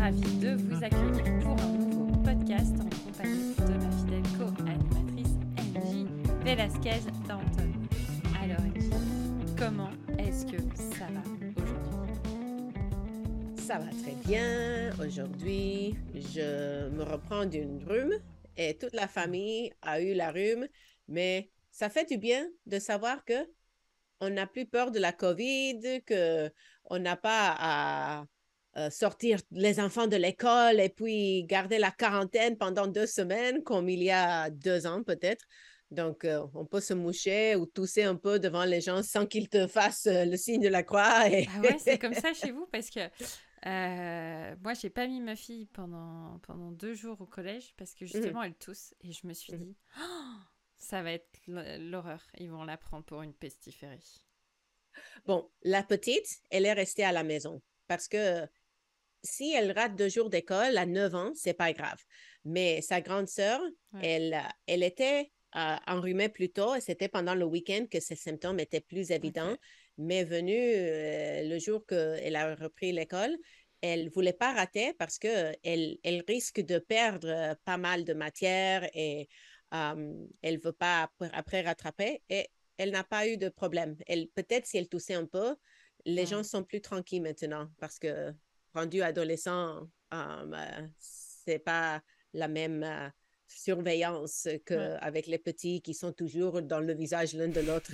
ravie de vous accueillir pour un nouveau podcast en compagnie de ma fidèle co-animatrice Angie Velasquez-Danton. Alors Angie, comment est-ce que ça va aujourd'hui? Ça va très bien. Aujourd'hui, je me reprends d'une rhume et toute la famille a eu la rhume, mais ça fait du bien de savoir que on n'a plus peur de la COVID, que on n'a pas à sortir les enfants de l'école et puis garder la quarantaine pendant 2 semaines, comme il y a 2 ans peut-être. Donc, on peut se moucher ou tousser un peu devant les gens sans qu'ils te fassent le signe de la croix. Ah ouais, c'est comme ça chez vous parce que moi, j'ai pas mis ma fille pendant 2 jours au collège parce que justement, elle tousse et je me suis dit, oh, ça va être l'horreur. Ils vont la prendre pour une pestiférie. Bon, la petite, elle est restée à la maison parce que si elle rate 2 jours d'école à 9 ans, c'est pas grave. Mais sa grande sœur, Ouais. elle était enrhumée plus tôt et c'était pendant le week-end que ses symptômes étaient plus évidents. Ok. Mais venu le jour qu'elle a repris l'école, elle voulait pas rater parce que elle risque de perdre pas mal de matière et elle veut pas après rattraper. Et elle n'a pas eu de problème. Peut-être si elle toussait un peu, les gens sont plus tranquilles maintenant parce que rendu adolescent, c'est pas la même surveillance Ouais. qu'avec les petits qui sont toujours dans le visage l'un de l'autre.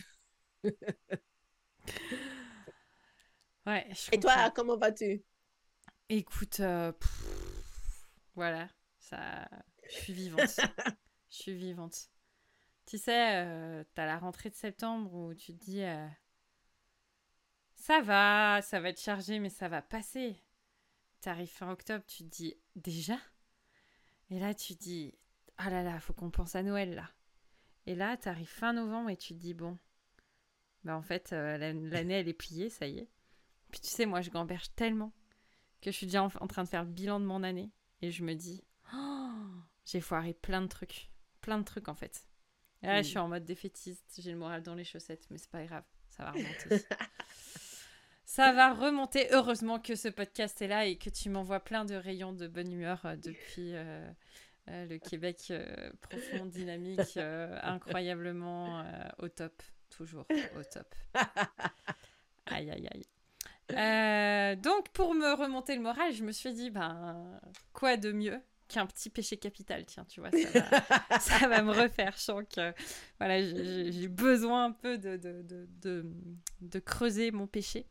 Ouais, je Et toi, comprends. comment vas-tu? Écoute, voilà, ça, je suis vivante. Je suis vivante. Tu sais, t'as la rentrée de septembre où tu te dis, ça va être chargé, mais ça va passer. T'arrives fin octobre, tu te dis, déjà? Et là, tu te dis, ah là là, faut qu'on pense à Noël, là. Et là, t'arrives fin novembre et tu te dis, bon, bah en fait, l'année, elle est pliée, ça y est. Puis tu sais, moi, je gamberge tellement que je suis déjà en train de faire le bilan de mon année. Et je me dis, oh, j'ai foiré plein de trucs en fait. Et là, je suis en mode défaitiste, j'ai le moral dans les chaussettes, mais c'est pas grave, ça va remonter. Ça va remonter. Heureusement que ce podcast est là et que tu m'envoies plein de rayons de bonne humeur depuis le Québec profond, dynamique, incroyablement au top. Toujours au top. Aïe, aïe, aïe. Donc, pour me remonter le moral, je me suis dit, ben, quoi de mieux qu'un petit péché capital, tiens, tu vois, ça va me refaire. Je sens que voilà, j'ai besoin un peu de creuser mon péché.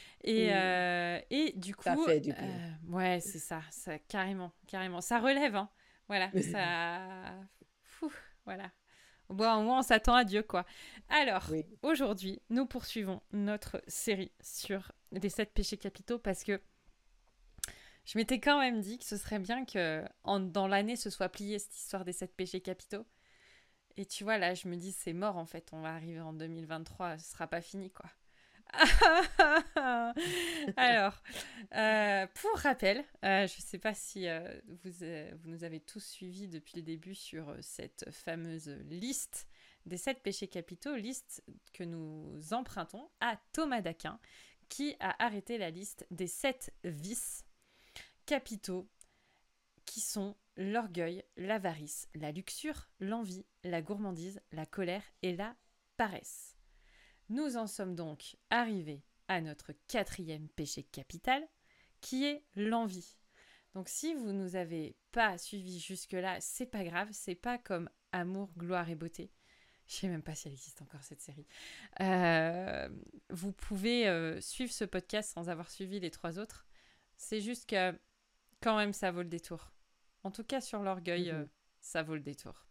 Et du Ça coup, fait du bien. ouais, c'est ça, carrément, carrément. Ça relève, hein. Voilà, ça... Fou, voilà. Bon, au moins, on s'attend à Dieu, quoi. Alors, Oui. aujourd'hui, nous poursuivons notre série sur les 7 péchés capitaux parce que je m'étais quand même dit que ce serait bien que dans l'année, ce soit plié, cette histoire des 7 péchés capitaux. Et tu vois, là, je me dis, c'est mort, en fait. On va arriver en 2023, ce sera pas fini, quoi. Alors, pour rappel, je ne sais pas si vous nous avez tous suivis depuis le début sur cette fameuse liste des 7 péchés capitaux, liste que nous empruntons à Thomas d'Aquin, qui a arrêté la liste des 7 vices capitaux qui sont l'orgueil, l'avarice, la luxure, l'envie, la gourmandise, la colère et la paresse. Nous en sommes donc arrivés à notre 4e péché capital, qui est l'envie. Donc si vous nous avez pas suivis jusque-là, c'est pas grave, c'est pas comme Amour, gloire et beauté. Je sais même pas si elle existe encore cette série. Vous pouvez suivre ce podcast sans avoir suivi les 3 autres. C'est juste que quand même ça vaut le détour. En tout cas sur l'orgueil, ça vaut le détour.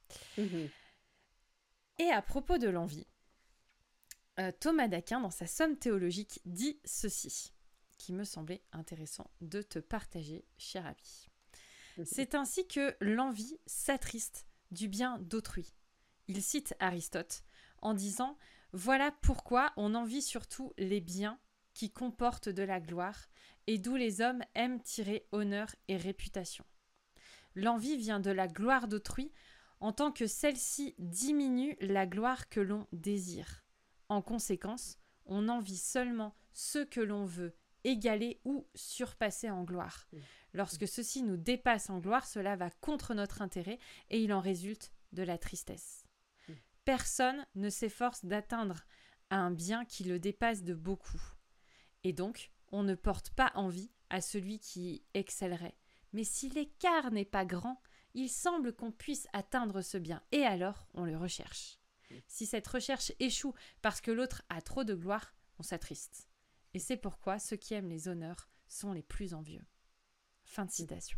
Et à propos de l'envie, Thomas d'Aquin, dans sa Somme théologique, dit ceci, qui me semblait intéressant de te partager, cher ami. C'est ainsi que l'envie s'attriste du bien d'autrui. Il cite Aristote en disant « Voilà pourquoi on envie surtout les biens qui comportent de la gloire et d'où les hommes aiment tirer honneur et réputation. L'envie vient de la gloire d'autrui en tant que celle-ci diminue la gloire que l'on désire. En conséquence, on envie seulement ce que l'on veut égaler ou surpasser en gloire. Lorsque ceci nous dépasse en gloire, cela va contre notre intérêt et il en résulte de la tristesse. Personne ne s'efforce d'atteindre un bien qui le dépasse de beaucoup. Et donc, on ne porte pas envie à celui qui excellerait. Mais si l'écart n'est pas grand, il semble qu'on puisse atteindre ce bien. Et alors, on le recherche. Si cette recherche échoue parce que l'autre a trop de gloire, on s'attriste. Et c'est pourquoi ceux qui aiment les honneurs sont les plus envieux. Fin de citation.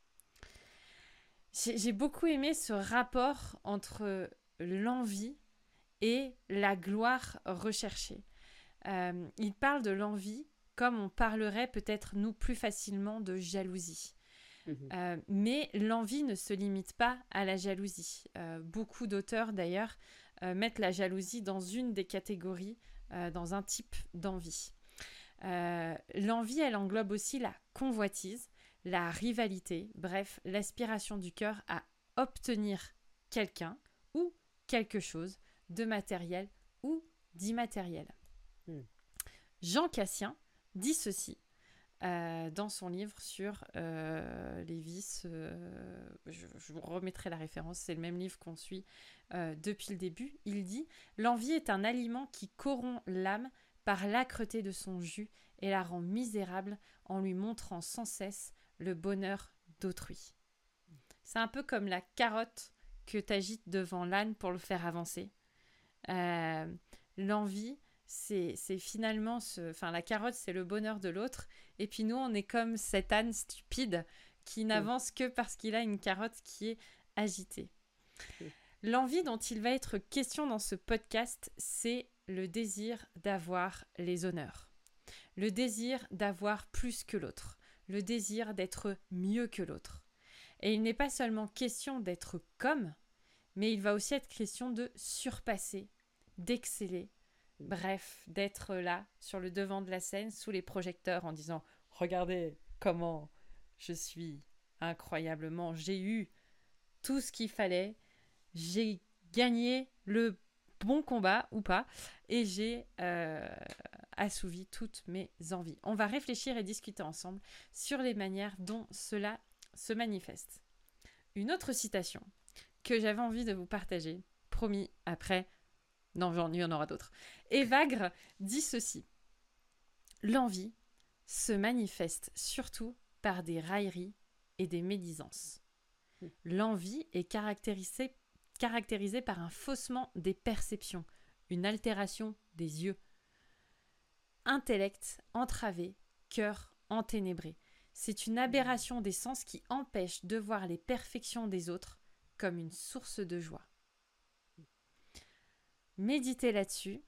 J'ai beaucoup aimé ce rapport entre l'envie et la gloire recherchée. Il parle de l'envie comme on parlerait peut-être nous plus facilement de jalousie. Mais l'envie ne se limite pas à la jalousie. Beaucoup d'auteurs d'ailleurs mettent la jalousie dans une des catégories, dans un type d'envie. L'envie, elle englobe aussi la convoitise, la rivalité, bref, l'aspiration du cœur à obtenir quelqu'un ou quelque chose de matériel ou d'immatériel. Jean Cassien dit ceci dans son livre sur les vices. Je vous remettrai la référence, c'est le même livre qu'on suit depuis le début. Il dit « L'envie est un aliment qui corrompt l'âme par l'âcreté de son jus et la rend misérable en lui montrant sans cesse le bonheur d'autrui. » C'est un peu comme la carotte que tu agites devant l'âne pour le faire avancer. L'envie, c'est finalement... la carotte, c'est le bonheur de l'autre. Et puis nous, on est comme cet âne stupide qui n'avance que parce qu'il a une carotte qui est agitée. L'envie dont il va être question dans ce podcast, c'est le désir d'avoir les honneurs. Le désir d'avoir plus que l'autre. Le désir d'être mieux que l'autre. Et il n'est pas seulement question d'être comme, mais il va aussi être question de surpasser, d'exceller, bref, d'être là, sur le devant de la scène, sous les projecteurs, en disant « Regardez comment je suis incroyablement, j'ai eu tout ce qu'il fallait, j'ai gagné le bon combat ou pas, et j'ai assouvi toutes mes envies. » On va réfléchir et discuter ensemble sur les manières dont cela se manifeste. Une autre citation que j'avais envie de vous partager, promis, après, non, il y en aura d'autres. Evagre dit ceci. L'envie se manifeste surtout par des railleries et des médisances. L'envie est caractérisée par un faussement des perceptions, une altération des yeux. Intellect entravé, cœur enténébré. C'est une aberration des sens qui empêche de voir les perfections des autres comme une source de joie. Méditez là-dessus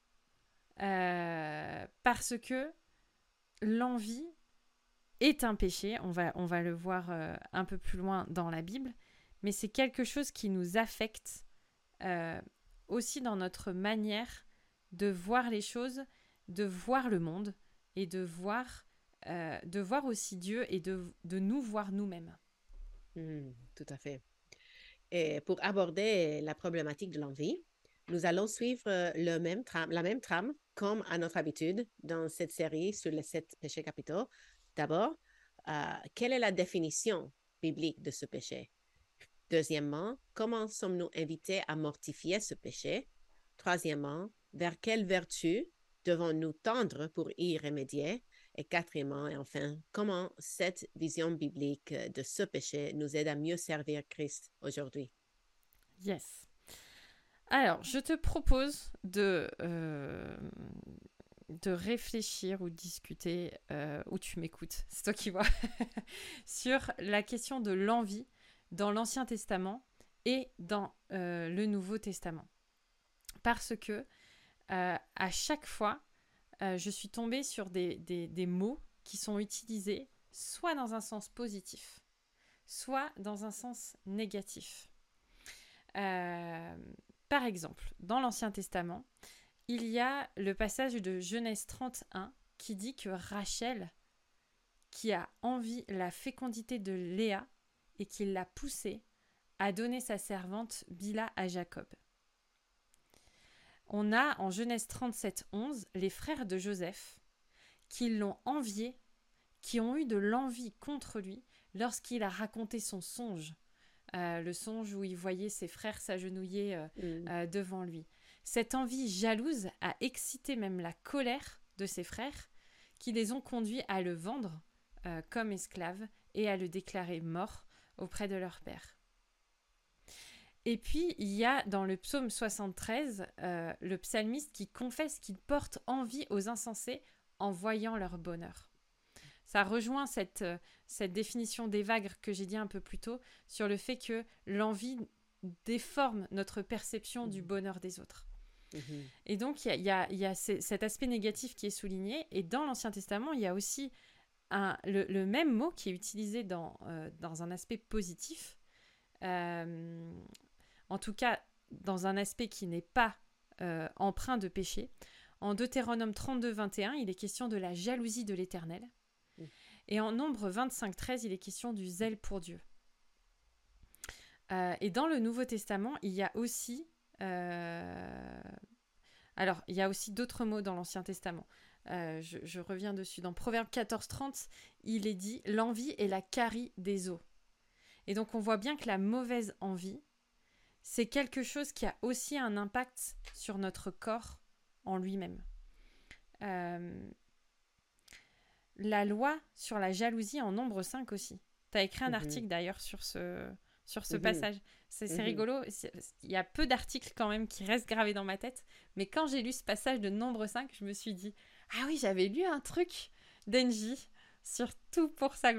parce que l'envie est un péché. On va le voir un peu plus loin dans la Bible, mais c'est quelque chose qui nous affecte aussi dans notre manière de voir les choses, de voir le monde et de voir aussi Dieu et de nous voir nous-mêmes. Tout à fait. Et pour aborder la problématique de l'envie, nous allons suivre la même trame comme à notre habitude dans cette série sur les 7 péchés capitaux. D'abord, quelle est la définition biblique de ce péché? Deuxièmement, comment sommes-nous invités à mortifier ce péché? Troisièmement, vers quelle vertu devons-nous tendre pour y remédier? Et quatrièmement, et enfin, comment cette vision biblique de ce péché nous aide à mieux servir Christ aujourd'hui? Yes. Alors, je te propose de réfléchir ou de discuter, ou tu m'écoutes, c'est toi qui vois, sur la question de l'envie dans l'Ancien Testament et dans le Nouveau Testament. Parce que à chaque fois, je suis tombée sur des mots qui sont utilisés soit dans un sens positif, soit dans un sens négatif. Par exemple, dans l'Ancien Testament, il y a le passage de Genèse 31 qui dit que Rachel, qui a envie la fécondité de Léa et qui l'a poussée, a donné sa servante Bila à Jacob. On a en Genèse 37, 11 les frères de Joseph qui l'ont envié, qui ont eu de l'envie contre lui lorsqu'il a raconté son songe, le songe où il voyait ses frères s'agenouiller devant lui. Cette envie jalouse a excité même la colère de ses frères qui les ont conduits à le vendre comme esclave et à le déclarer mort auprès de leur père. Et puis, il y a dans le psaume 73, le psalmiste qui confesse qu'il porte envie aux insensés en voyant leur bonheur. Ça rejoint cette définition d'évagre que j'ai dit un peu plus tôt sur le fait que l'envie déforme notre perception du bonheur des autres. Et donc, il y a cet aspect négatif qui est souligné. Et dans l'Ancien Testament, il y a aussi le même mot qui est utilisé dans un aspect positif. En tout cas, dans un aspect qui n'est pas empreint de péché. En Deutéronome 32, 21, il est question de la jalousie de l'Éternel. Et en Nombre 25, 13, il est question du zèle pour Dieu. Et dans le Nouveau Testament, il y a aussi... Alors, il y a aussi d'autres mots dans l'Ancien Testament. Je reviens dessus. Dans Proverbe 14, 30, il est dit « L'envie est la carie des os ». Et donc, on voit bien que la mauvaise envie, c'est quelque chose qui a aussi un impact sur notre corps en lui-même. La loi sur la jalousie en Nombre 5 aussi. Tu as écrit un article d'ailleurs sur ce passage. C'est rigolo. Il y a peu d'articles quand même qui restent gravés dans ma tête. Mais quand j'ai lu ce passage de Nombre 5, je me suis dit « Ah oui, j'avais lu un truc d'Engie sur toutpoursagloire.com. »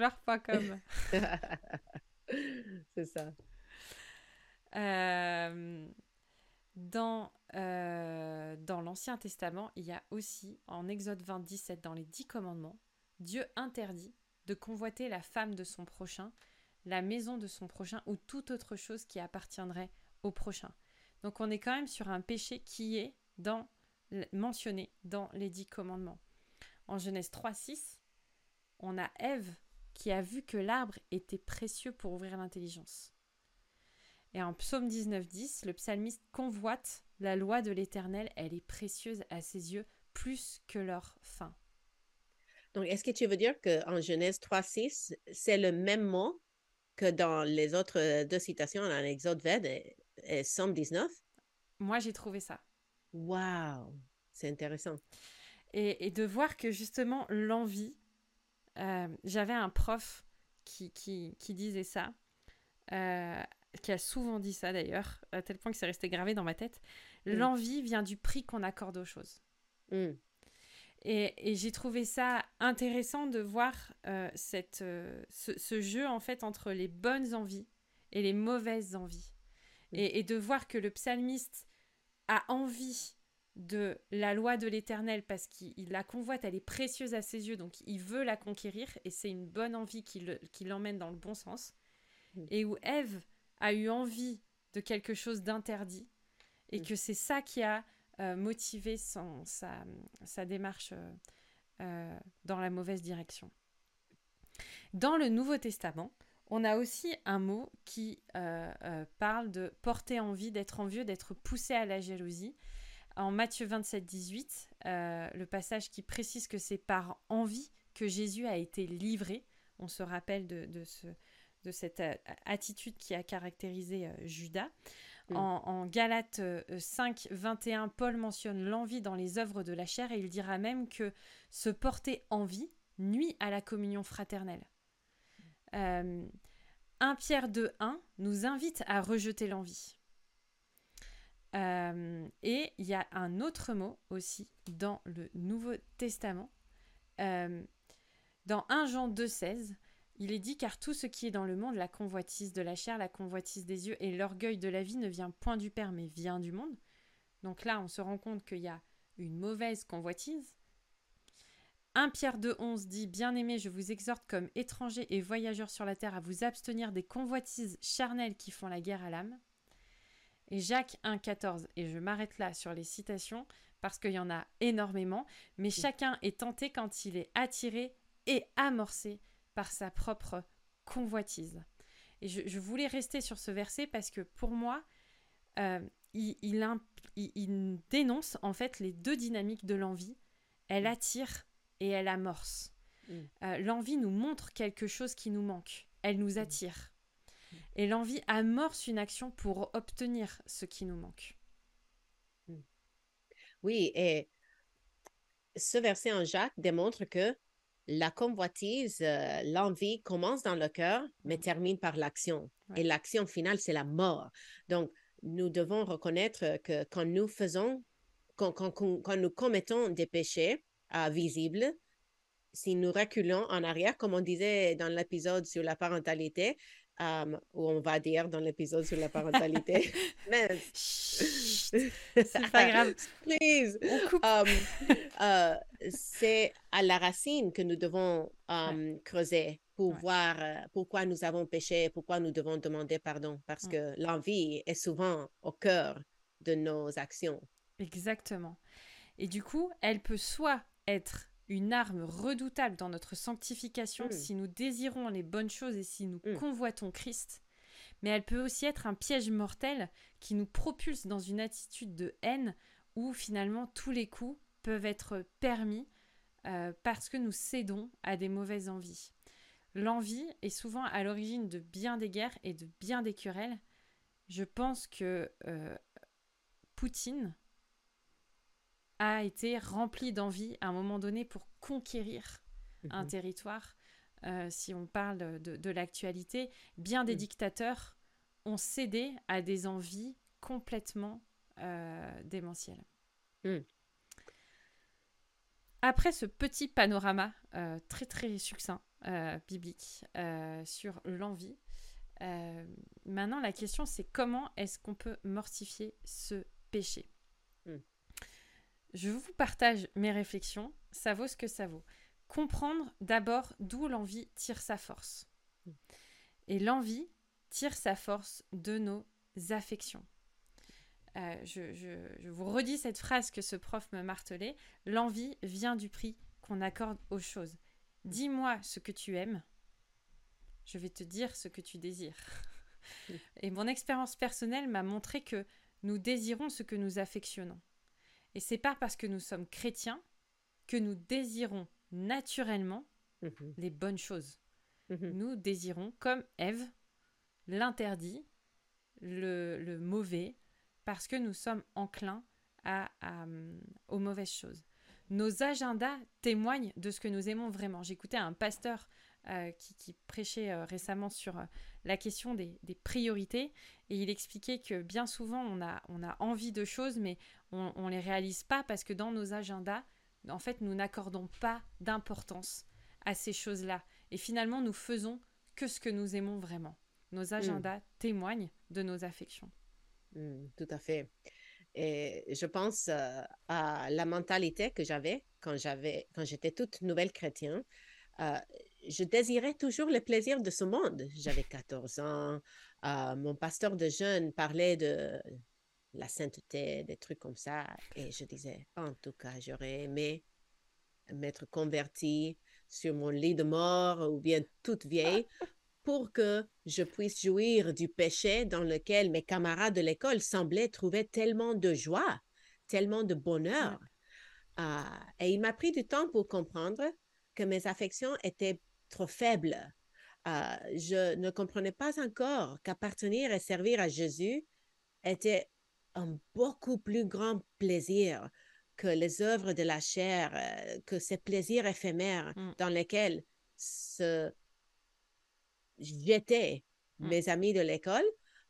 C'est ça. Dans l'Ancien Testament, il y a aussi, en Exode 20, 17, dans les 10 commandements, Dieu interdit de convoiter la femme de son prochain, la maison de son prochain ou toute autre chose qui appartiendrait au prochain. Donc on est quand même sur un péché qui est mentionné dans les 10 commandements. En Genèse 3, 6, on a Ève qui a vu que l'arbre était précieux pour ouvrir l'intelligence. Et en Psaume 19, 10, le psalmiste convoite la loi de l'Éternel, elle est précieuse à ses yeux plus que leur faim. Donc, est-ce que tu veux dire qu'en Genèse 3, 6, c'est le même mot que dans les autres deux citations, en Exode 20 et Somme 19? Moi, j'ai trouvé ça. Wow! C'est intéressant. Et de voir que justement, l'envie, j'avais un prof qui disait ça, qui a souvent dit ça d'ailleurs, à tel point que c'est resté gravé dans ma tête. L'envie vient du prix qu'on accorde aux choses. Et j'ai trouvé ça intéressant de voir ce jeu en fait entre les bonnes envies et les mauvaises envies. Et de voir que le psalmiste a envie de la loi de l'Éternel parce qu'il la convoite, elle est précieuse à ses yeux, donc il veut la conquérir et c'est une bonne envie qui l'emmène dans le bon sens. Et où Ève a eu envie de quelque chose d'interdit et que c'est ça qui a motivé sa démarche dans la mauvaise direction. Dans le Nouveau Testament, on a aussi un mot qui parle de porter envie, d'être envieux, d'être poussé à la jalousie. En Matthieu 27, 18, le passage qui précise que c'est par envie que Jésus a été livré. On se rappelle de cette attitude qui a caractérisé Judas. En Galates 5, 21, Paul mentionne l'envie dans les œuvres de la chair et il dira même que se porter envie nuit à la communion fraternelle. 1 Pierre 2, 1 nous invite à rejeter l'envie. Et il y a un autre mot aussi dans le Nouveau Testament. Dans 1 Jean 2, 16, il est dit « Car tout ce qui est dans le monde, la convoitise de la chair, la convoitise des yeux et l'orgueil de la vie ne vient point du Père, mais vient du monde. » Donc là, on se rend compte qu'il y a une mauvaise convoitise. 1 Pierre 2, 11 dit « Bien-aimés, je vous exhorte comme étrangers et voyageurs sur la terre à vous abstenir des convoitises charnelles qui font la guerre à l'âme. » Et Jacques 1, 14, et je m'arrête là sur les citations parce qu'il y en a énormément, mais chacun est tenté quand il est attiré et amorcé par sa propre convoitise. Et je voulais rester sur ce verset parce que pour moi, il dénonce en fait les deux dynamiques de l'envie. Elle attire et elle amorce. L'envie nous montre quelque chose qui nous manque. Elle nous attire. Et l'envie amorce une action pour obtenir ce qui nous manque. Oui, et ce verset en Jacques démontre que la convoitise, l'envie commence dans le cœur, mais termine par l'action. Ouais. Et l'action finale, c'est la mort. Donc, nous devons reconnaître que quand nous faisons, quand nous commettons des péchés visibles, si nous reculons en arrière, comme on disait dans l'épisode sur la parentalité, ou on va dire dans l'épisode sur la parentalité, mais Chut, c'est pas grave. Please. On coupe. C'est à la racine que nous devons creuser pour voir pourquoi nous avons péché, pourquoi nous devons demander pardon, parce que l'envie est souvent au cœur de nos actions. Exactement. Et du coup, elle peut soit être une arme redoutable dans notre sanctification si nous désirons les bonnes choses et si nous convoitons Christ, mais elle peut aussi être un piège mortel qui nous propulse dans une attitude de haine où finalement tous les coups peuvent être permis parce que nous cédons à des mauvaises envies. L'envie est souvent à l'origine de bien des guerres et de bien des querelles. Je pense que Poutine a été rempli d'envie à un moment donné pour conquérir un territoire. Si on parle de l'actualité, bien des dictateurs ont cédé à des envies complètement démentielles. Après ce petit panorama très très succinct biblique sur l'envie, maintenant la question c'est comment est-ce qu'on peut mortifier ce péché? Je vous partage mes réflexions, ça vaut ce que ça vaut. Comprendre d'abord d'où l'envie tire sa force. Et l'envie tire sa force de nos affections. Je vous redis cette phrase que ce prof me martelait. L'envie vient du prix qu'on accorde aux choses. Dis-moi ce que tu aimes, je vais te dire ce que tu désires. Et mon expérience personnelle m'a montré que nous désirons ce que nous affectionnons. Et c'est pas parce que nous sommes chrétiens que nous désirons naturellement les bonnes choses. Nous désirons, comme Ève, l'interdit, le mauvais, parce que nous sommes enclins aux mauvaises choses. Nos agendas témoignent de ce que nous aimons vraiment. J'écoutais un pasteur qui prêchait récemment sur la question des priorités et il expliquait que bien souvent on a envie de choses mais on les réalise pas parce que dans nos agendas, en fait, nous n'accordons pas d'importance à ces choses-là. Et finalement, nous faisons que ce que nous aimons vraiment. Nos agendas témoignent de nos affections. Tout à fait. Et je pense à la mentalité que j'avais quand j'étais toute nouvelle chrétienne. Je désirais toujours le plaisir de ce monde. J'avais 14 ans. Mon pasteur de jeunes parlait de la sainteté, des trucs comme ça. Et je disais, en tout cas, j'aurais aimé m'être convertie sur mon lit de mort ou bien toute vieille pour que je puisse jouir du péché dans lequel mes camarades de l'école semblaient trouver tellement de joie, tellement de bonheur. Et il m'a pris du temps pour comprendre que mes affections étaient trop faibles. Je ne comprenais pas encore qu'appartenir et servir à Jésus était un beaucoup plus grand plaisir que les œuvres de la chair, que ces plaisirs éphémères dans lesquels j'étais mes amis de l'école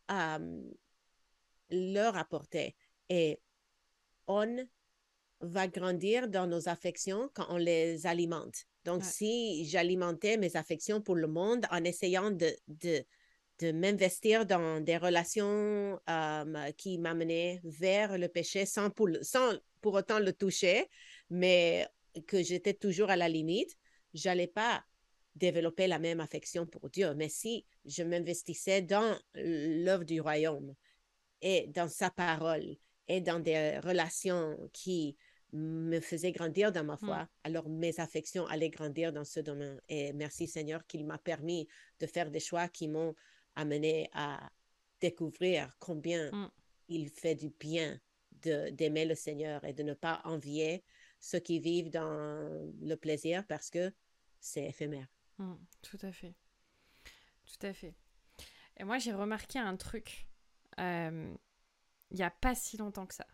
leur apportaient. Et on va grandir dans nos affections quand on les alimente. Donc, si j'alimentais mes affections pour le monde en essayant de m'investir dans des relations qui m'amenaient vers le péché sans pour autant le toucher, mais que j'étais toujours à la limite, j'allais pas développer la même affection pour Dieu. Mais si je m'investissais dans l'œuvre du royaume et dans sa parole et dans des relations qui me faisaient grandir dans ma foi, alors mes affections allaient grandir dans ce domaine. Et merci Seigneur qu'il m'a permis de faire des choix qui m'ont amené à découvrir combien il fait du bien d'aimer le Seigneur et de ne pas envier ceux qui vivent dans le plaisir parce que c'est éphémère. Tout à fait. Tout à fait. Et moi, j'ai remarqué un truc il n'y a pas si longtemps que ça.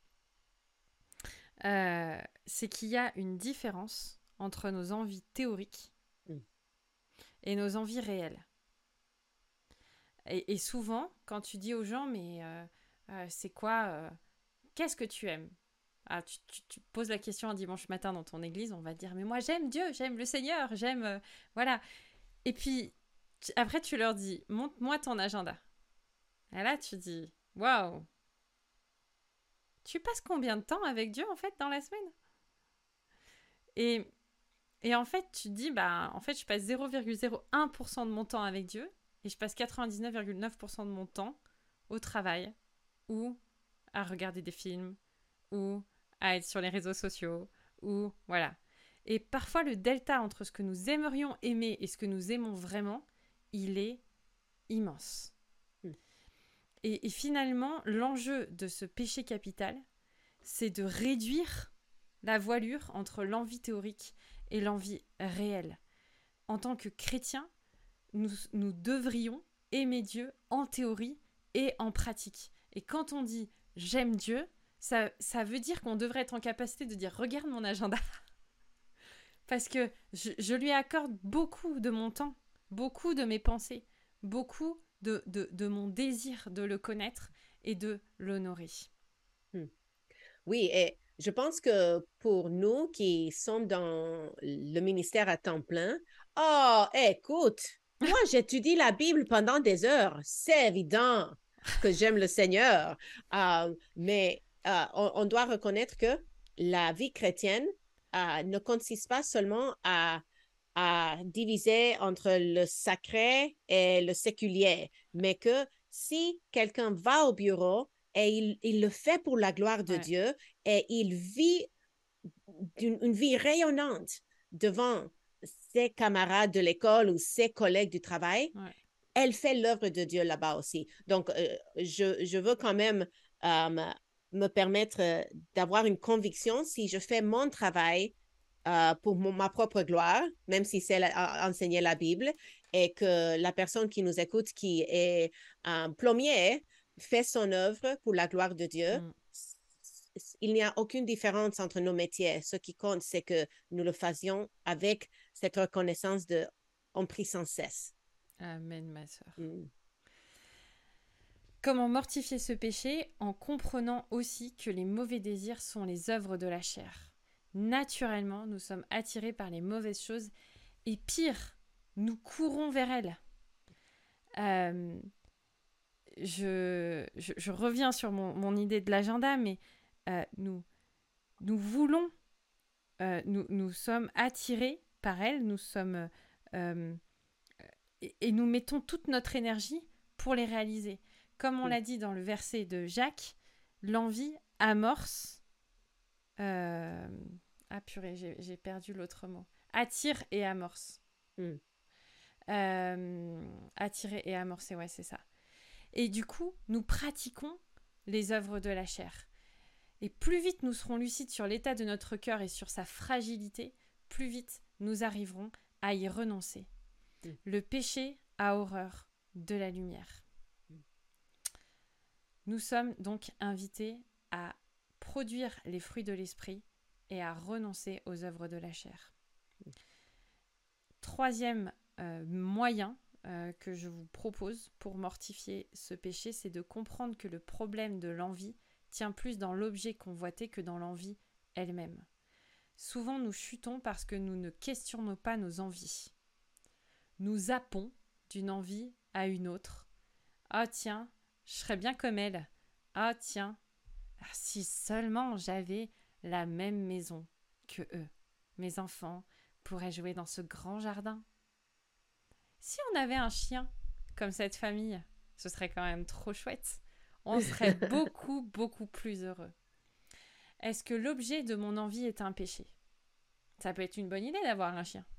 C'est qu'il y a une différence entre nos envies théoriques et nos envies réelles. Et souvent, quand tu dis aux gens, mais c'est quoi qu'est-ce que tu aimes? Tu poses la question un dimanche matin dans ton église, on va te dire, mais moi j'aime Dieu, j'aime le Seigneur, j'aime... voilà. Et puis, après tu leur dis, montre-moi ton agenda. Et là, tu dis, waouh, tu passes combien de temps avec Dieu, en fait, dans la semaine? Et en fait, tu te dis, en fait, je passe 0,01% de mon temps avec Dieu et je passe 99,9% de mon temps au travail ou à regarder des films ou à être sur les réseaux sociaux ou voilà. Et parfois, le delta entre ce que nous aimerions aimer et ce que nous aimons vraiment, il est immense. Et finalement, l'enjeu de ce péché capital, c'est de réduire la voilure entre l'envie théorique et l'envie réelle. En tant que chrétiens, nous devrions aimer Dieu en théorie et en pratique. Et quand on dit « j'aime Dieu », ça veut dire qu'on devrait être en capacité de dire « regarde mon agenda ». Parce que je lui accorde beaucoup de mon temps, beaucoup de mes pensées, beaucoup de mon désir de le connaître et de l'honorer. Oui, et je pense que pour nous qui sommes dans le ministère à temps plein, oh, écoute, moi j'étudie la Bible pendant des heures. C'est évident que j'aime le Seigneur, mais on doit reconnaître que la vie chrétienne ne consiste pas seulement à diviser entre le sacré et le séculier, mais que si quelqu'un va au bureau et il le fait pour la gloire de Dieu et il vit une vie rayonnante devant ses camarades de l'école ou ses collègues du travail, elle fait l'œuvre de Dieu là-bas aussi. Donc, je veux quand même me permettre d'avoir une conviction si je fais mon travail pour ma propre gloire, même si c'est enseigner la Bible, et que la personne qui nous écoute, qui est un plombier, fait son œuvre pour la gloire de Dieu. Il n'y a aucune différence entre nos métiers. Ce qui compte, c'est que nous le faisions avec cette reconnaissance de on prie sans cesse. Amen, ma sœur. Comment mortifier ce péché? En comprenant aussi que les mauvais désirs sont les œuvres de la chair. Naturellement, nous sommes attirés par les mauvaises choses et pire, nous courons vers elles. Je reviens sur mon idée de l'agenda, mais nous voulons, nous sommes attirés par elles, nous sommes et nous mettons toute notre énergie pour les réaliser. Comme on l'a dit dans le verset de Jacques, l'envie amorce. Ah purée, j'ai perdu l'autre mot. Attire et amorce. Attirer et amorcer, ouais, c'est ça. Et du coup, nous pratiquons les œuvres de la chair. Et plus vite nous serons lucides sur l'état de notre cœur et sur sa fragilité, plus vite nous arriverons à y renoncer. Le péché a horreur de la lumière. Nous sommes donc invités à produire les fruits de l'esprit et à renoncer aux œuvres de la chair. Troisième moyen que je vous propose pour mortifier ce péché, c'est de comprendre que le problème de l'envie tient plus dans l'objet convoité que dans l'envie elle-même. Souvent, nous chutons parce que nous ne questionnons pas nos envies. Nous zappons d'une envie à une autre. Ah tiens, je serais bien comme elle. Ah tiens, si seulement j'avais la même maison que eux. Mes enfants pourraient jouer dans ce grand jardin. Si on avait un chien comme cette famille, ce serait quand même trop chouette. On serait beaucoup, beaucoup plus heureux. Est-ce que l'objet de mon envie est un péché? Ça peut être une bonne idée d'avoir un chien.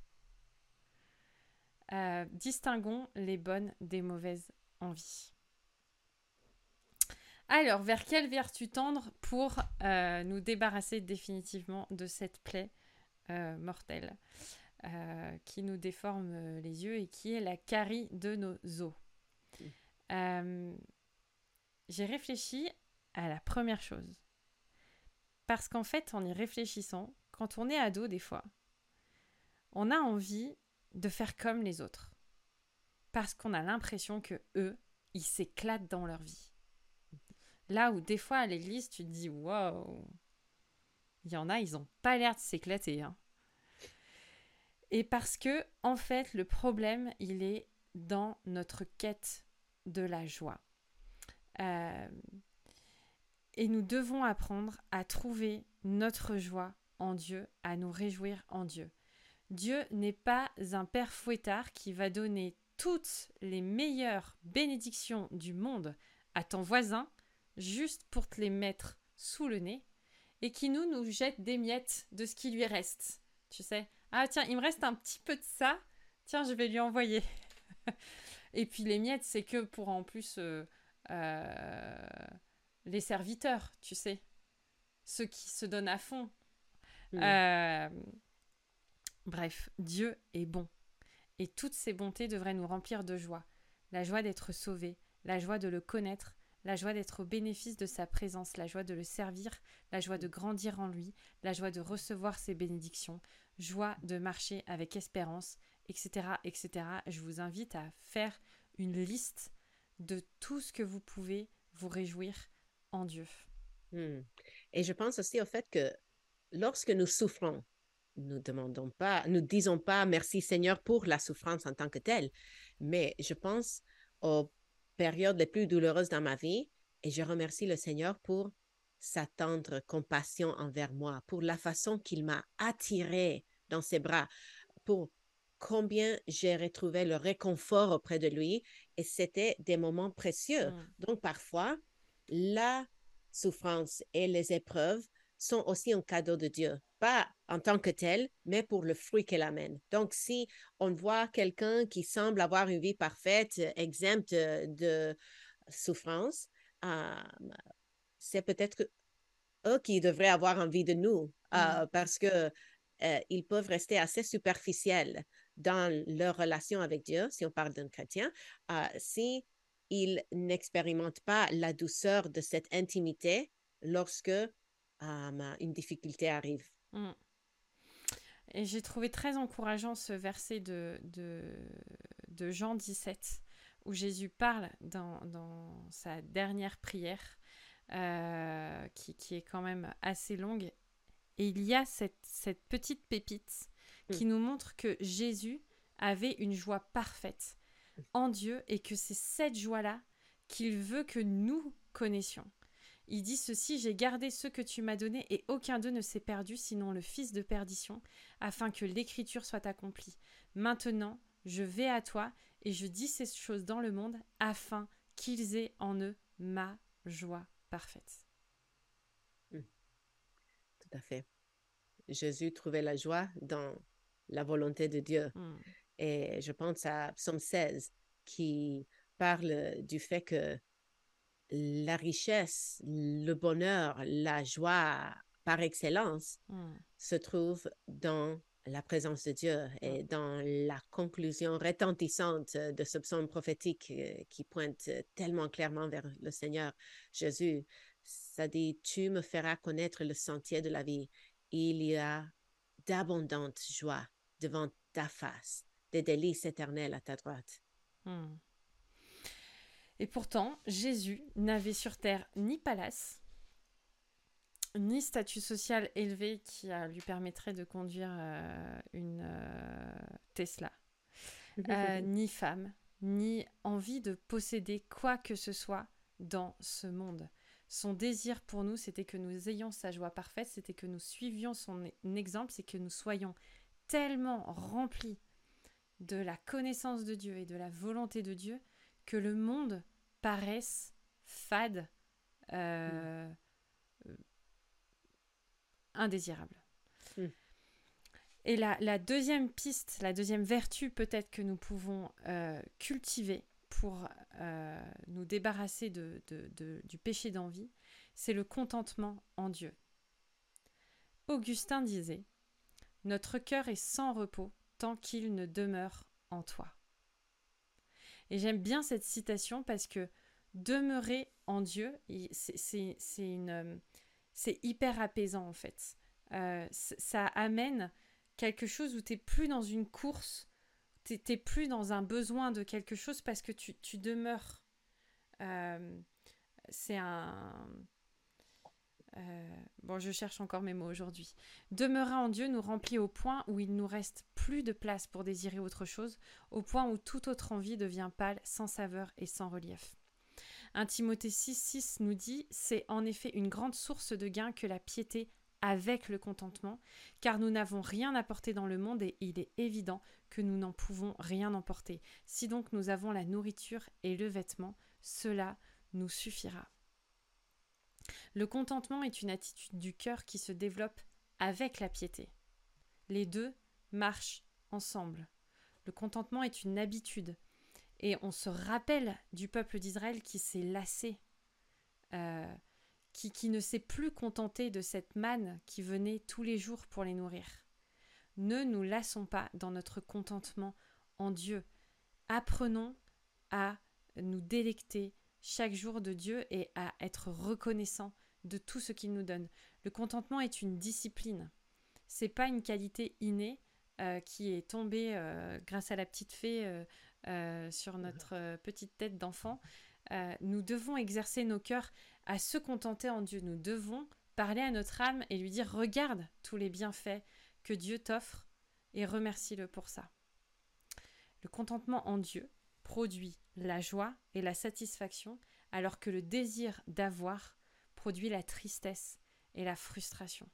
Distinguons les bonnes des mauvaises envies. Alors, vers quelle vertu tendre pour nous débarrasser définitivement de cette plaie mortelle qui nous déforme les yeux et qui est la carie de nos os. Euh, j'ai réfléchi à la première chose. Parce qu'en fait, en y réfléchissant, quand on est ado des fois, on a envie de faire comme les autres. Parce qu'on a l'impression que eux, ils s'éclatent dans leur vie. Là où des fois à l'église, tu te dis « Wow !» Il y en a, ils n'ont pas l'air de s'éclater. Hein. Et parce que, en fait, le problème, il est dans notre quête de la joie. Et nous devons apprendre à trouver notre joie en Dieu, à nous réjouir en Dieu. Dieu n'est pas un père fouettard qui va donner toutes les meilleures bénédictions du monde à ton voisin juste pour te les mettre sous le nez et qui nous jette des miettes de ce qui lui reste. Tu sais, ah tiens, il me reste un petit peu de ça, tiens, je vais lui envoyer. Et puis les miettes, c'est que pour en plus les serviteurs, tu sais, ceux qui se donnent à fond. Bref, Dieu est bon. Et toutes ces bontés devraient nous remplir de joie. La joie d'être sauvé, la joie de le connaître, la joie d'être au bénéfice de sa présence, la joie de le servir, la joie de grandir en lui, la joie de recevoir ses bénédictions, joie de marcher avec espérance, etc., etc. Je vous invite à faire une liste de tout ce que vous pouvez vous réjouir en Dieu. Et je pense aussi au fait que lorsque nous souffrons, nous disons pas merci Seigneur pour la souffrance en tant que telle, mais je pense aux périodes les plus douloureuses dans ma vie et je remercie le Seigneur pour sa tendre compassion envers moi, pour la façon qu'il m'a attirée dans ses bras, pour combien j'ai retrouvé le réconfort auprès de lui et c'était des moments précieux. Donc parfois, la souffrance et les épreuves sont aussi un cadeau de Dieu, pas en tant que tel, mais pour le fruit qu'elle amène. Donc, si on voit quelqu'un qui semble avoir une vie parfaite, exempte de souffrance, c'est peut-être eux qui devraient avoir envie de nous, parce que ils peuvent rester assez superficiels dans leur relation avec Dieu, si on parle d'un chrétien, si ils n'expérimentent pas la douceur de cette intimité lorsque une difficulté arrive. Et j'ai trouvé très encourageant ce verset de Jean 17, où Jésus parle dans sa dernière prière, qui est quand même assez longue. Et il y a cette petite pépite qui nous montre que Jésus avait une joie parfaite en Dieu et que c'est cette joie-là qu'il veut que nous connaissions. Il dit ceci, j'ai gardé ceux que tu m'as donnés et aucun d'eux ne s'est perdu, sinon le fils de perdition, afin que l'écriture soit accomplie. Maintenant, je vais à toi et je dis ces choses dans le monde, afin qu'ils aient en eux ma joie parfaite. Tout à fait. Jésus trouvait la joie dans la volonté de Dieu. Et je pense à Psaume 16 qui parle du fait que la richesse, le bonheur, la joie par excellence se trouve dans la présence de Dieu et dans la conclusion retentissante de ce psaume prophétique qui pointe tellement clairement vers le Seigneur Jésus. Ça dit, tu me feras connaître le sentier de la vie. Il y a d'abondantes joies devant ta face, des délices éternelles à ta droite. Et pourtant, Jésus n'avait sur terre ni palace, ni statut social élevé qui lui permettrait de conduire une Tesla, ni femme, ni envie de posséder quoi que ce soit dans ce monde. Son désir pour nous, c'était que nous ayons sa joie parfaite, c'était que nous suivions son exemple, c'est que nous soyons tellement remplis de la connaissance de Dieu et de la volonté de Dieu que le monde paraisse fade, indésirable. Et la deuxième piste, la deuxième vertu peut-être que nous pouvons cultiver pour nous débarrasser du péché d'envie, c'est le contentement en Dieu. Augustin disait « Notre cœur est sans repos tant qu'il ne demeure en toi. » Et j'aime bien cette citation parce que demeurer en Dieu, c'est hyper apaisant en fait. Ça amène quelque chose où tu n'es plus dans une course, tu n'es plus dans un besoin de quelque chose parce que tu demeures. C'est un... bon, je cherche encore mes mots aujourd'hui. Demeurer en Dieu nous remplit au point où il nous reste plus de place pour désirer autre chose, au point où toute autre envie devient pâle, sans saveur et sans relief. 1 Timothée 6,6 nous dit « C'est en effet une grande source de gain que la piété avec le contentement, car nous n'avons rien apporté dans le monde et il est évident que nous n'en pouvons rien emporter. Si donc nous avons la nourriture et le vêtement, cela nous suffira. » Le contentement est une attitude du cœur qui se développe avec la piété. Les deux marchent ensemble. Le contentement est une habitude. Et on se rappelle du peuple d'Israël qui s'est lassé, qui ne s'est plus contenté de cette manne qui venait tous les jours pour les nourrir. Ne nous lassons pas dans notre contentement en Dieu. Apprenons à nous délecter chaque jour de Dieu et à être reconnaissants de tout ce qu'il nous donne. Le contentement est une discipline. C'est pas une qualité innée qui est tombée grâce à la petite fée sur notre petite tête d'enfant. Nous devons exercer nos cœurs à se contenter en Dieu. Nous devons parler à notre âme et lui dire « Regarde tous les bienfaits que Dieu t'offre et remercie-le pour ça. » Le contentement en Dieu produit la joie et la satisfaction, alors que le désir d'avoir produit la tristesse et la frustration.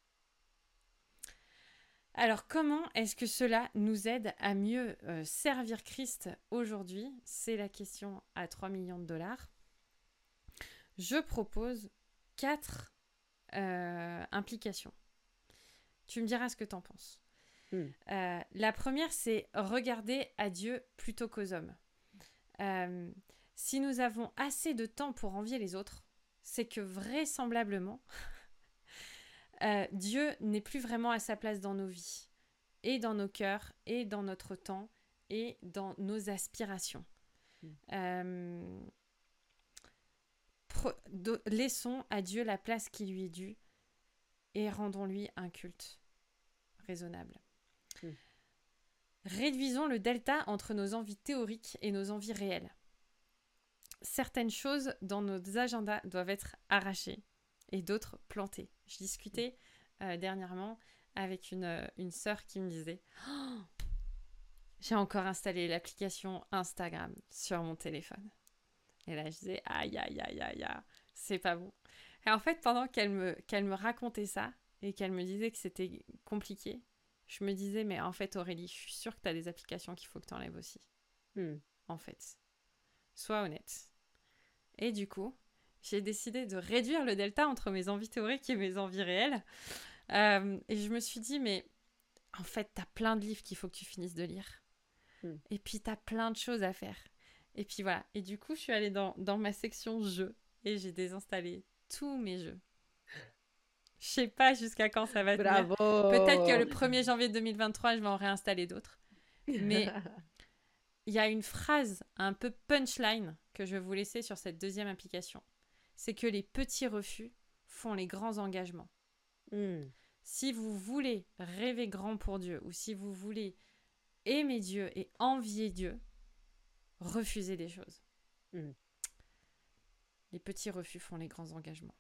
Alors, comment est-ce que cela nous aide à mieux servir Christ aujourd'hui ? C'est la question à 3 millions de dollars. Je propose 4 implications. Tu me diras ce que tu en penses. La première, c'est regarder à Dieu plutôt qu'aux hommes. Si nous avons assez de temps pour envier les autres, c'est que vraisemblablement, Dieu n'est plus vraiment à sa place dans nos vies, et dans nos cœurs, et dans notre temps, et dans nos aspirations. Laissons à Dieu la place qui lui est due, et rendons-lui un culte raisonnable. Réduisons le delta entre nos envies théoriques et nos envies réelles. Certaines choses dans nos agendas doivent être arrachées et d'autres plantées. Je discutais dernièrement avec une sœur qui me disait oh, « J'ai encore installé l'application Instagram sur mon téléphone. » Et là, je disais « Aïe, aïe, aïe, aïe, aïe, c'est pas bon. » Et en fait, pendant qu'elle me racontait ça et qu'elle me disait que c'était compliqué, je me disais, mais en fait, Aurélie, je suis sûre que tu as des applications qu'il faut que tu enlèves aussi. En fait. Sois honnête. Et du coup, j'ai décidé de réduire le delta entre mes envies théoriques et mes envies réelles. Et je me suis dit, mais en fait, tu as plein de livres qu'il faut que tu finisses de lire. Et puis, tu as plein de choses à faire. Et puis voilà. Et du coup, je suis allée dans ma section jeux et j'ai désinstallé tous mes jeux. Je sais pas jusqu'à quand ça va tenir. Peut-être que le 1er janvier 2023, je vais en réinstaller d'autres. Mais il y a une phrase un peu punchline que je vais vous laisser sur cette deuxième application. C'est que les petits refus font les grands engagements. Si vous voulez rêver grand pour Dieu ou si vous voulez aimer Dieu et envier Dieu, refusez des choses. Les petits refus font les grands engagements.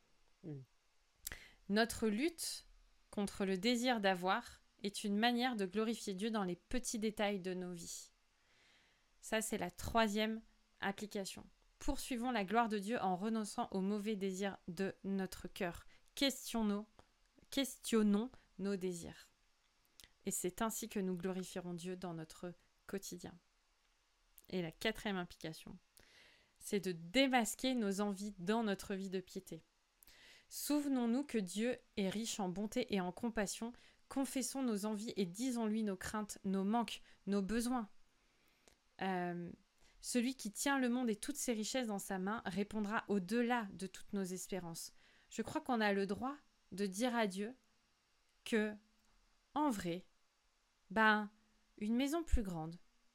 Notre lutte contre le désir d'avoir est une manière de glorifier Dieu dans les petits détails de nos vies. Ça, c'est la 3e application. Poursuivons la gloire de Dieu en renonçant aux mauvais désirs de notre cœur. Questionnons nos désirs. Et c'est ainsi que nous glorifierons Dieu dans notre quotidien. Et la 4e implication, c'est de démasquer nos envies dans notre vie de piété. Souvenons-nous que Dieu est riche en bonté et en compassion. Confessons nos envies et disons-lui nos craintes, nos manques, nos besoins. Celui qui tient le monde et toutes ses richesses dans sa main répondra au-delà de toutes nos espérances. Je crois qu'on a le droit de dire à Dieu que, en vrai, une maison plus grande,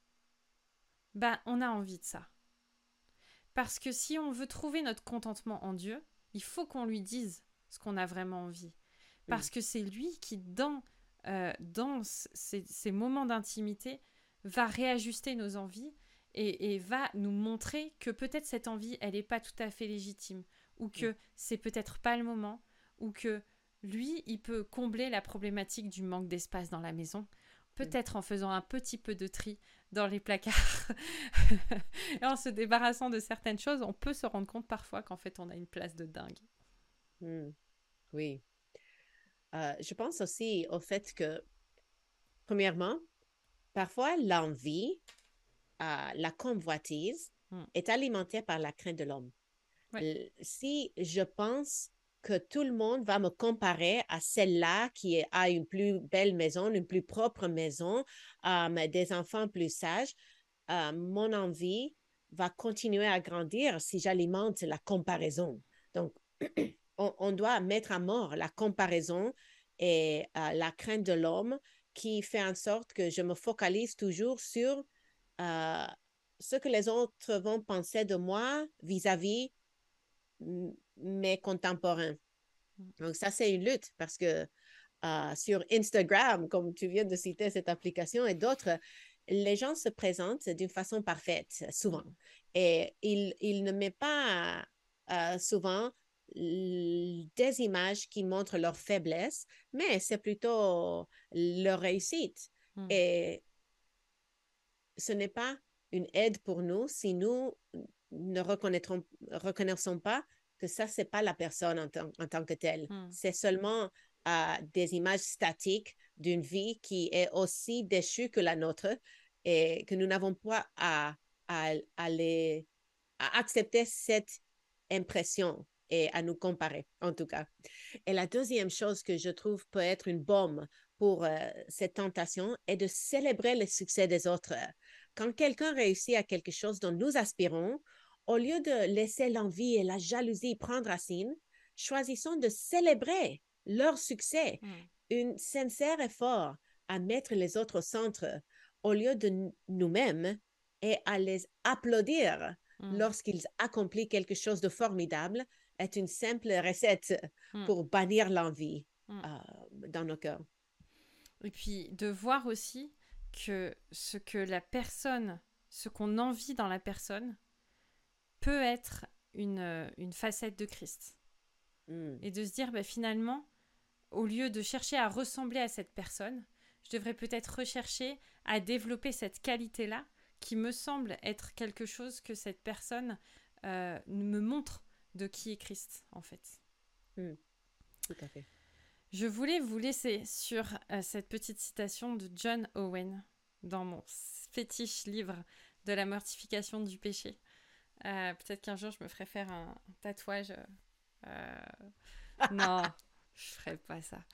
on a envie de ça. Parce que si on veut trouver notre contentement en Dieu, il faut qu'on lui dise ce qu'on a vraiment envie. Parce que c'est lui qui, dans ces moments d'intimité, va réajuster nos envies et va nous montrer que peut-être cette envie, elle n'est pas tout à fait légitime, ou que c'est peut-être pas le moment, ou que lui, il peut combler la problématique du manque d'espace dans la maison, peut-être en faisant un petit peu de tri dans les placards. Et en se débarrassant de certaines choses, on peut se rendre compte parfois qu'en fait, on a une place de dingue. Oui. Je pense aussi au fait que, premièrement, parfois l'envie, la convoitise est alimentée par la crainte de l'homme. Ouais. Si je pense que tout le monde va me comparer à celle-là qui a une plus belle maison, une plus propre maison, des enfants plus sages, mon envie va continuer à grandir si j'alimente la comparaison. Donc, on doit mettre à mort la comparaison et la crainte de l'homme qui fait en sorte que je me focalise toujours sur ce que les autres vont penser de moi vis-à-vis mes contemporains. Donc, ça, c'est une lutte parce que sur Instagram, comme tu viens de citer cette application et d'autres, les gens se présentent d'une façon parfaite, souvent. Et ils ne mettent pas souvent des images qui montrent leur faiblesse, mais c'est plutôt leur réussite. Et ce n'est pas une aide pour nous si nous ne reconnaissons pas que ça, ce n'est pas la personne en tant que telle. C'est seulement des images statiques d'une vie qui est aussi déchue que la nôtre et que nous n'avons pas à accepter cette impression et à nous comparer, en tout cas. Et la deuxième chose que je trouve peut être une bombe pour cette tentation est de célébrer le succès des autres. Quand quelqu'un réussit à quelque chose dont nous aspirons, au lieu de laisser l'envie et la jalousie prendre racine, choisissons de célébrer leur succès, un sincère effort à mettre les autres au centre au lieu de nous-mêmes et à les applaudir lorsqu'ils accomplissent quelque chose de formidable est une simple recette pour bannir l'envie dans nos cœurs. Et puis de voir aussi que ce qu'on envie dans la personne peut être une facette de Christ. Et de se dire, finalement, au lieu de chercher à ressembler à cette personne, je devrais peut-être rechercher à développer cette qualité-là qui me semble être quelque chose que cette personne me montre de qui est Christ, en fait. Tout à fait. Je voulais vous laisser sur cette petite citation de John Owen dans mon fétiche livre de la mortification du péché. Peut-être qu'un jour, je me ferai faire un tatouage. Non, je ne ferai pas ça.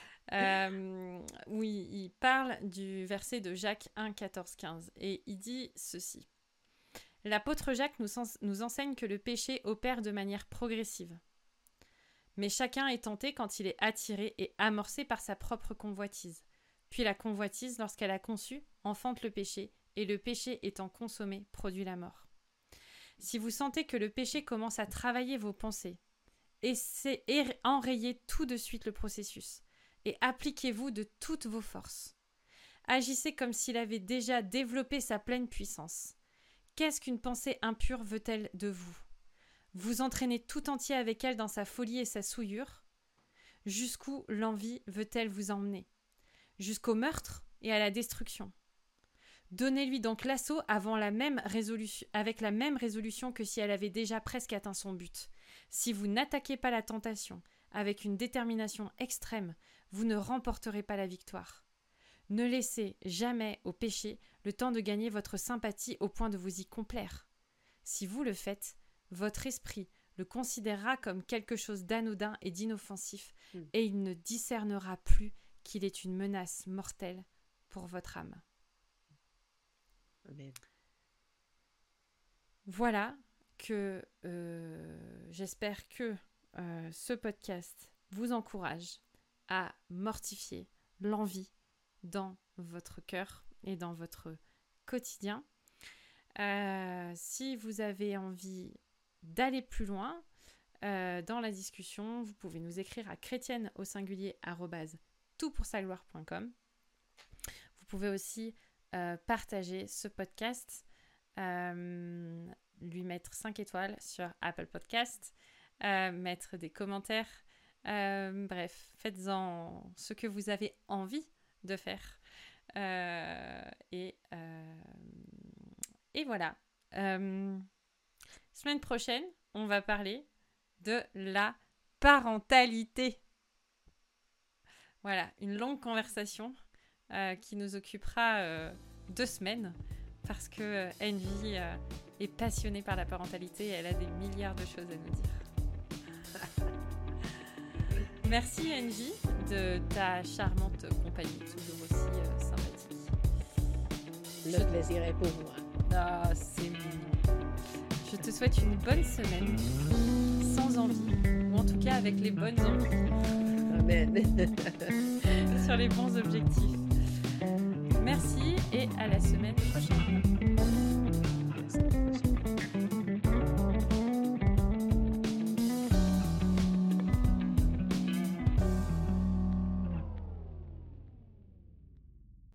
Oui, il parle du verset de Jacques 1, 14, 15. Et il dit ceci. L'apôtre Jacques nous enseigne que le péché opère de manière progressive. Mais chacun est tenté quand il est attiré et amorcé par sa propre convoitise. Puis la convoitise, lorsqu'elle a conçu, enfante le péché, et le péché étant consommé, produit la mort. Si vous sentez que le péché commence à travailler vos pensées, enrayez tout de suite le processus, et appliquez-vous de toutes vos forces. Agissez comme s'il avait déjà développé sa pleine puissance. Qu'est-ce qu'une pensée impure veut-elle de vous ? Vous entraînez tout entier avec elle dans sa folie et sa souillure. Jusqu'où l'envie veut-elle vous emmener ? Jusqu'au meurtre et à la destruction. Donnez-lui donc l'assaut avec la même résolution que si elle avait déjà presque atteint son but. Si vous n'attaquez pas la tentation avec une détermination extrême, vous ne remporterez pas la victoire. Ne laissez jamais au péché le temps de gagner votre sympathie au point de vous y complaire. Si vous le faites, votre esprit le considérera comme quelque chose d'anodin et d'inoffensif, et il ne discernera plus qu'il est une menace mortelle pour votre âme. Amen. Voilà que j'espère que ce podcast vous encourage à mortifier l'envie dans votre cœur et dans votre quotidien. Si vous avez envie d'aller plus loin dans la discussion, vous pouvez nous écrire à chrétienne@toutpoursagloire.com. Vous pouvez aussi partager ce podcast, lui mettre 5 étoiles sur Apple Podcast, mettre des commentaires. Bref, faites-en ce que vous avez envie de faire. Et voilà. Semaine prochaine, on va parler de la parentalité. Voilà, une longue conversation qui nous occupera 2 semaines parce que Envy est passionnée par la parentalité et elle a des milliards de choses à nous dire. Merci Envy de ta charmante compagnie, toujours aussi sympathique. Le plaisir est pour moi. Ah, c'est mignon. Je te souhaite une bonne semaine, sans envie, ou en tout cas avec les bonnes envies. Amen. Sur les bons objectifs. Merci et à la semaine prochaine.